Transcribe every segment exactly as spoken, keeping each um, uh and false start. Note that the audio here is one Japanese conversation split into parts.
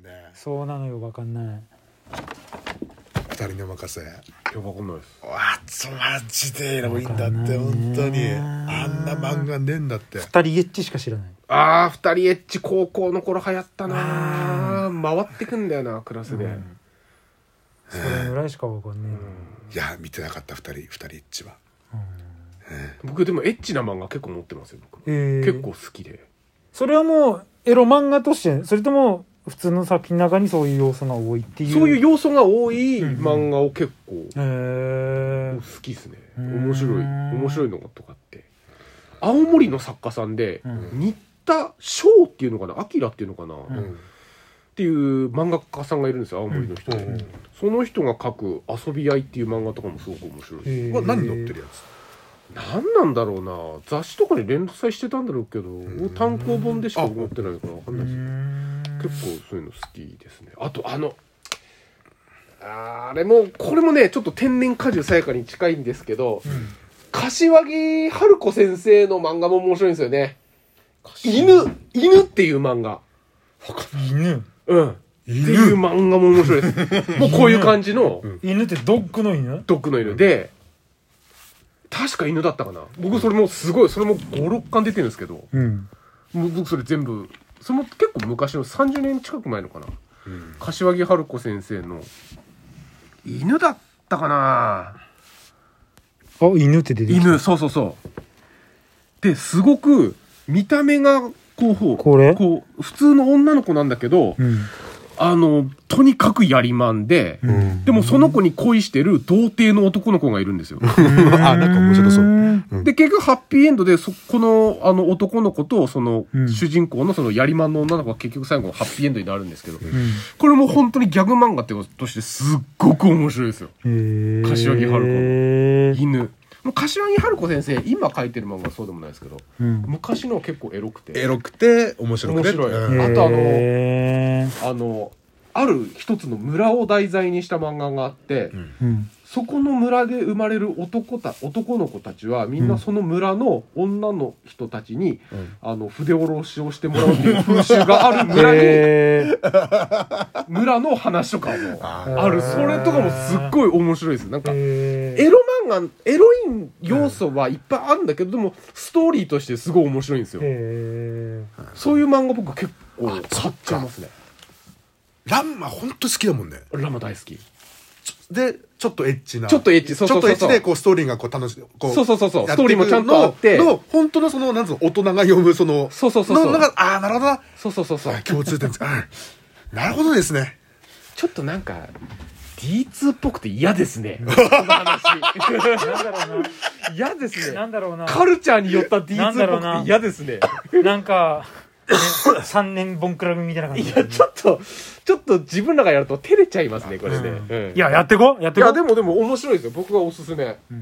そうなのよ、分かんない。 ふたりにお任せ。 いや分かんないです。 あそうマジでエロいんだって本当に。あんな漫画ねえんだって。 ふたりエッチしか知らない。 ああふたりエッチ高校の頃流行ったな。回ってくんだよなクラスで、うん、 それぐらいしか分かんねえ、 うん、いや見てなかったふたりふたりエッチは、うんえー、僕でもエッチな漫画結構持ってますよ僕、えー、結構好きで。 それはもうエロ漫画としてそれとも普通の作品の中にそういう要素が多いっていう。 そういう要素が多い漫画を結構好きですね、うん、面白い面白いのとかって青森の作家さんで、うん、新田翔っていうのかなアキラっていうのかな、うん、っていう漫画家さんがいるんですよ青森の人で、うん、その人が描く遊び合いっていう漫画とかもすごく面白いです。 これ何載ってるやつ？ 何なんだろうな雑誌とかに連載してたんだろうけど単行本でしか持ってないから分かんないですよ。結構そういうの好きですね。あとあのあれもこれもねちょっと天然果樹さやかに近いんですけど、うん、柏木春子先生の漫画も面白いんですよね。犬犬っていう漫画。 犬うんっていう漫画も面白いですもうこういう感じの犬ってドッグの犬ドッグの犬で確か犬だったかな。僕それもすごいそれもごろっかん出てるんですけど、うん、僕それ全部それも結構昔のさんじゅうねん近く前のかな、うん、柏木春子先生の犬だったかなあ犬って出てきた。 犬そうそうそうですごく見た目がこうこれこう普通の女の子なんだけど、うん、あのとにかくやりまんで、うん、でもその子に恋してる童貞の男の子がいるんですよ。 あなんか面白そう、うん、 で結局ハッピーエンドでそこのあの男の子とその主人公のそのやりまんの女の子が結局最後ハッピーエンドになるんですけど、うん、これも本当にギャグ漫画ってことしてすっごく面白いですよ。柏木春子の犬。柏木春子先生今書いてる漫画はそうでもないですけど、うん、昔の結構エロくてエロくて面白くて面白い、うん、あとあのあのある一つの村を題材にした漫画があって、うん、そこの村で生まれる男た男の子たちはみんなその村の女の人たちに、うん、あの筆下ろしをしてもらうっていう風習がある村に、えー、村の話とかもある。それとかもすっごい面白いです。なんかエロ漫画エロい要素はいっぱいあるんだけど、でもストーリーとしてすごい面白いんですよ。そういう漫画僕結構買っちゃいますね。 ランマほんと好きだもんね。 ランマ大好きでちょっとエッチなちょっとエッチそうそうそうそうちょっとエッチでこうストーリーがこう楽しいこうそうそうそうそうストーリーもちゃんとあっての本当のそのなんつうの大人が読むそのそうそうそうそうのああなるほどなそうそうそうそう共通点なるほどですね。 ちょっとなんか ディーツー っぽくて嫌ですねこの話なんだろうな嫌ですね。 なんだろうなカルチャーによった ディーツー っぽくて嫌ですね。 なんかね、さんねんボンクラ組みたいな感じ、ね、 いやちょっとちょっと自分らがやると照れちゃいますねこれね、うんうん、いややってこやってこいやでもでも面白いですよ僕はおすすめ、うん、漫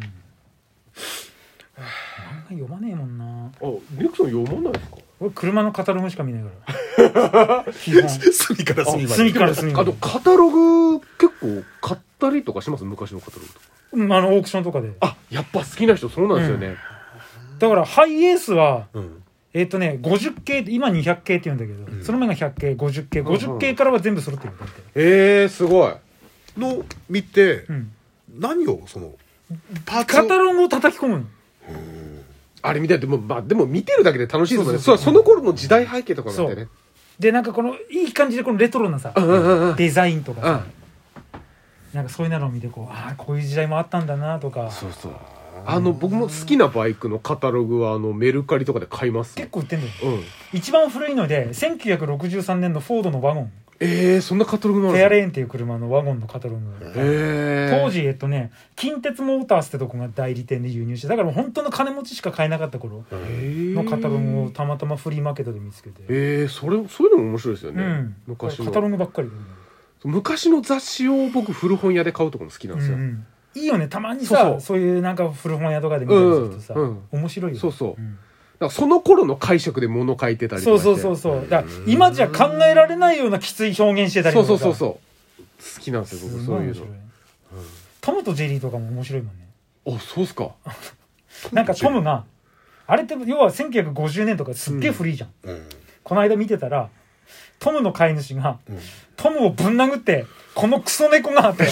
画読まねえもんな。 あリクさん読まないですか？ 俺車のカタログしか見ないから隅から隅まで隅から隅まで。 あとカタログ結構買ったりとかします？昔のカタログとか、 うん、あのオークションとかで。 あやっぱ好きな人そうなんですよね、 うん、だからハイエースは、うんえっ、ー、とねごじゅっけい今にひゃくけいって言うんだけど、うん、その前がひゃっけいごじゅっけいごじゅっけいからは全部揃ってるんだって。 えーすごいの見て、うん、何をそのパーツカタログを叩き込むの。 あれ見てでもまあでも見てるだけで楽しいですもんね。そうそうそうその頃の時代背景とかなんてね。 でなんかこのいい感じでこのレトロなさ、うんうんうん、デザインとかさ、うん、なんかそういうのを見てこうああこういう時代もあったんだなとか。 そうそうあの僕も好きなバイクのカタログはあのメルカリとかで買います。 結構売ってんだよ、うん、一番古いのでせんきゅうひゃくろくじゅうさんねんのフォードのワゴン。 えー、そんなカタログなの？ フェアレーンっていう車のワゴンのカタログ、えー、当時えっとね近鉄モータースってとこが代理店で輸入してだから本当の金持ちしか買えなかった頃のカタログをたまたまフリーマーケットで見つけて。 えー、それそういうのも面白いですよね、うん、昔のカタログばっかりで、ね、 昔の雑誌を僕古本屋で買うとかも好きなんですよ、うんうんいいよねたまにさそうそう、そういうなんか古本屋とかで見たりするとさ、うんうん、面白いよね。 そうそう、うん、だからその頃の解釈で物書いてたりとかしてそうそうそうそうだから今じゃ考えられないようなきつい表現してたりとかそうそうそうそう好きなんですよ僕そういうの、うん、 トムとジェリーとかも面白いもんね。 あそうっすかなんかトムがあれって要はせんきゅうひゃくごじゅうねんとかすっげえ古いじゃん、うんうん、この間見てたらトムの飼い主が、 うん、 トムをぶん殴ってこのクソ猫がって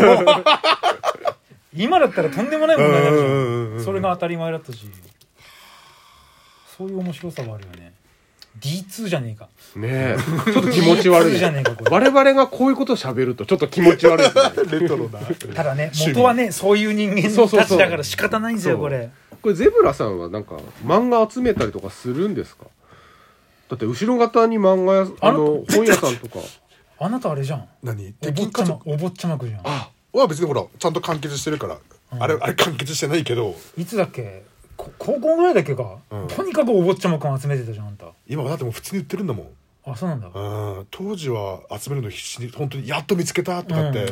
今だったらとんでもない問題になるじゃん、うんうんうん、それが当たり前だったし、そういう面白さはあるよね。 ディーツー じゃねえかねえちょっと気持ち悪いじゃねえかこれ。 我々がこういうことを喋るとちょっと気持ち悪いですねレトロなただね元はねそういう人間たちだから仕方ないんですよ。これこれゼブラさんはなんか漫画集めたりとかするんですか？だって後ろ方に漫画屋あの本屋さんとかあなたあれじゃん、 何お坊ちゃまお坊ちゃまくじゃん。 あは別にほらちゃんと完結してるから、うん、あれあれ完結してないけど、 いつだっけ高校ぐらいだっけか、うん、とにかくお坊ちゃまくん集めてたじゃんあんた。 今はだってもう普通に売ってるんだもん。 あ、そうなんだ。 うん、当時は集めるの必死に本当にやっと見つけたとかって、うん、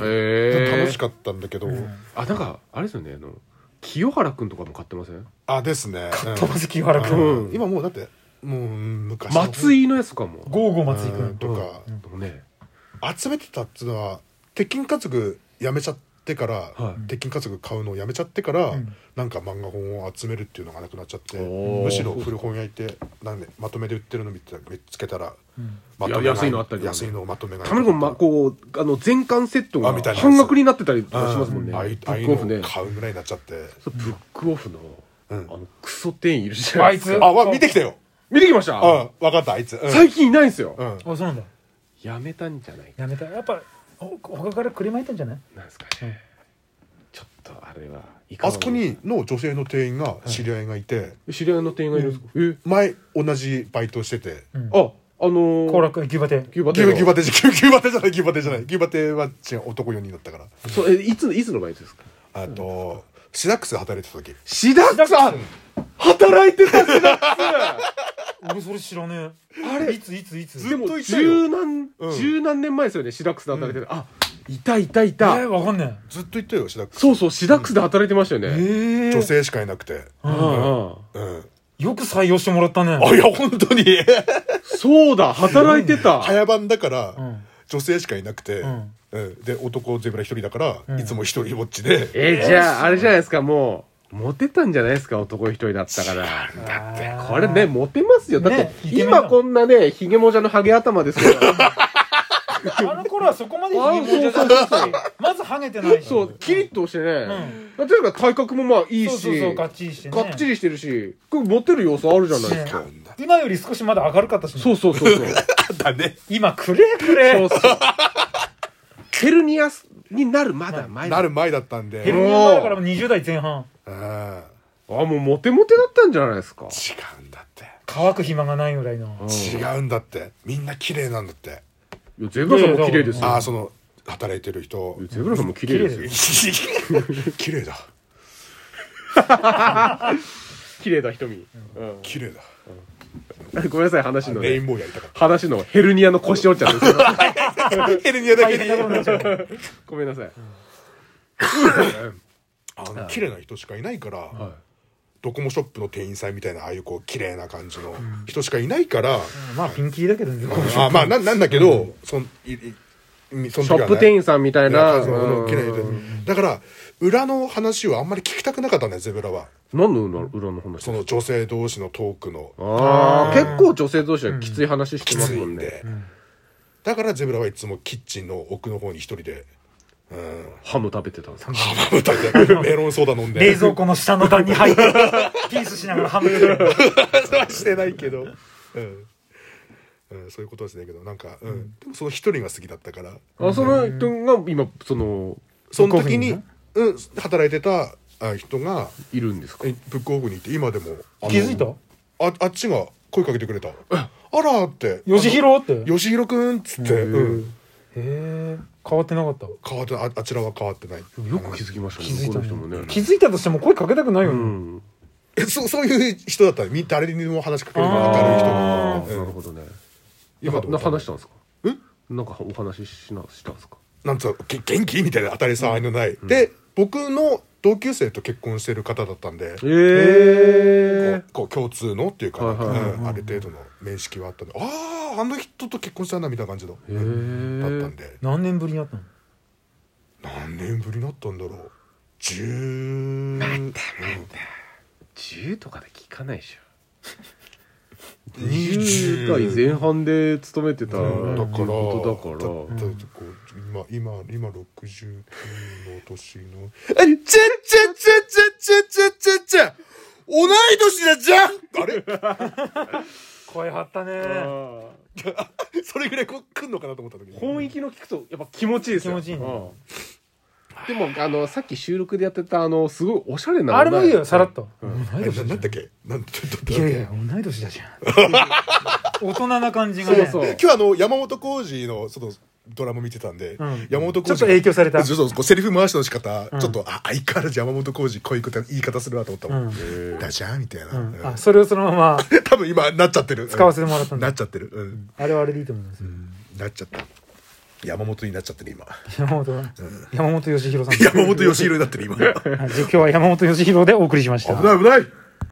楽しかったんだけど、うん、 あなんかあれですよねあの清原くんとかも買ってません？ あですね。 買ってます清原くん、 うん、今もうだってもう昔松井のやつかもゴーゴー松井くんとか、 うん、ね集めてたっつうのは鉄筋家族やめちゃってから、はい、鉄筋家族買うのをやめちゃってから、うん、なんか漫画本を集めるっていうのがなくなっちゃって、むしろ古本屋行ってなんでまとめで売ってるの見て見つけたら、うん、まとめ安いのあったり、ね、 安いのをまとめがたまにこう、ま、こうあの全巻セットが半額になってたりとかしますもんね。 ああいうの買うぐらいになっちゃって、 ブックオフの、うん、あのクソ店員いるじゃなないいですか。 あわ見てきたよ。 見てきました。 うん分かったあいつ、うん、 最近いないんですよ、 うん、 あそうなんだ。 やめたんじゃないか。 やめたやっぱ他からくりまいたんじゃないなんですかね、うん、ちょっとあれはいかがあそこにの女性の店員が知り合いがいて、はい、 知り合いの店員がいるんですか、うん、 前同じバイトしてて、 うん、ああのー、 後楽園牛バテ牛バテ牛バテ牛バテじゃない牛バテじゃない牛バテは違う男よにんだったから。 そうえいついつのバイトですか？ あとシダックスで働いてた時。 シダックス働いてたシダックス俺それ知らねえ。 あれいついついつでも十何、うん、十何年前ですよねシダックスで働いてる、うん、あいたいたいた。 えー、わかんねえ。ずっといたよシダックス。 そうそうシダックスで働いてましたよね、うんえー、女性しかいなくて、 うんうんうん、 よく採用してもらったね。 あいや本当にそうだ働いてた。 早番だから、うん、女性しかいなくて、うんうん、で男ゼブラ一人だから、うん、いつも一人ぼっちで。 えー、じゃああれじゃないですかもうモテたんじゃないですか男一人だったから。 だってこれねモテますよ。だって、ね、今こんなねヒゲもじゃのハゲ頭ですよあの頃はそこまでヒゲもじゃだったしまずハゲてないしそうキリッとしてね、うん、例えば体格もまあいいしそうそうそうがっちりしてねがっちりしてるしこれモテる要素あるじゃないですか、ね、 今より少しまだ明るかったしね。 そうそうそうそうだね今くれくれそうそうヘルニアになるまだ前なる前だったんでヘルニア前だからもうにじゅう代前半。 ああもうモテモテだったんじゃないですか。 違うんだって乾く暇がないぐらいの。 違うんだってみんな綺麗なんだって。 いやゼブラさんも綺麗ですよ。 ああその働いてる人ゼブラさんも綺麗ですよ綺麗だ綺麗だ瞳綺麗だごめんなさい話の、ね、 レインボーやりたかった話のヘルニアの腰折っちゃうんですけどヘルニアだけにごめんなさいあの綺麗な人しかいないから、はい、ドコモショップの店員さんみたいなああいうこう綺麗な感じの人しかいないから、うん、 まあピンキーだけどねあまあななんだけど、うん、そんいその時はね、ショップ店員さんみたいな、うん、 だから裏の話はあんまり聞きたくなかったねゼブラは。 何の裏裏の話？ その女性同士のトークのああ結構女性同士はきつい話してますもんね、 うん、だからゼブラはいつもキッチンの奥の方に一人で、うん、 ハム食べてたんですか？ ハム食べてメロンソーダ飲んで冷蔵庫の下の段に入ってピースしながらハム食べてそれはしてないけど、うんうん、そういうことはしないけどなんか、うん、でもその一人が好きだったから。 あその人が今そのその時に、うん、働いてた人がいるんですか？ ブックオフにいて今でも気づいた？ ああっちが声かけてくれた。あらって吉弘って吉弘くんっつって、うん、 へえ変わってなかった。 変わってああちらは変わってない。 よく気づきましたね。 気づいた人もね。 気づいたとしても声かけたくないよね、うん、 えそそういう人だったら誰にも話しかけるのが明るい人が、 うん、なるほどね。今な話したんですか？えなんかお話ししなしたんですか？ なんつうの元気みたいな当たり障りのない、うん、で僕の同級生と結婚してる方だったんで、えー、こうこう共通のっていうか、はいはいはいはい、ある程度の面識はあったんで、あああの人と結婚したんだみたいな感じの、えー、だったんで。 何年ぶりになったの？ 何年ぶりになったんだろう。じゅうまたまたじゅうとかで聞かないでしょにじゅう代前半で勤めてたっていうだからことだから、 だだだこう今今今ろくじゅうきゅうの年のあちゃちゃちゃちゃちゃちゃちゃちゃ同い年だじゃんあれ声張ったね。 それぐらいこう来んのかなと思った時に本域の聞くとやっぱ気持ちいいですよ。 気持ちいいね。 でもあのさっき収録でやってたあのすごいおしゃれなあれもいいよ、さらっと。 同い年なんだっけなんちょっといやいや同い年だじゃん。大人な感じがね。 そうそう。 今日あの山本浩二のそのドラマ見てたんで、 うん、 山本浩二ちょっと影響された。 そうそうこうセリフ回しの仕方、 うん、 ちょっとあ相変わらず山本浩二こういう言い方するなと思ったもん、うん、だじゃんみたいな、 うんうん、あそれをそのまま多分今なっちゃってる使わせてもらったんだ、 なっちゃってる、うん、 あれはあれでいいと思います、うん、 なっちゃった山本になっちゃってる今山本、うん、山本義弘さん山本義弘になってる今はい、今日は山本義弘でお送りしました。 危ない危ない。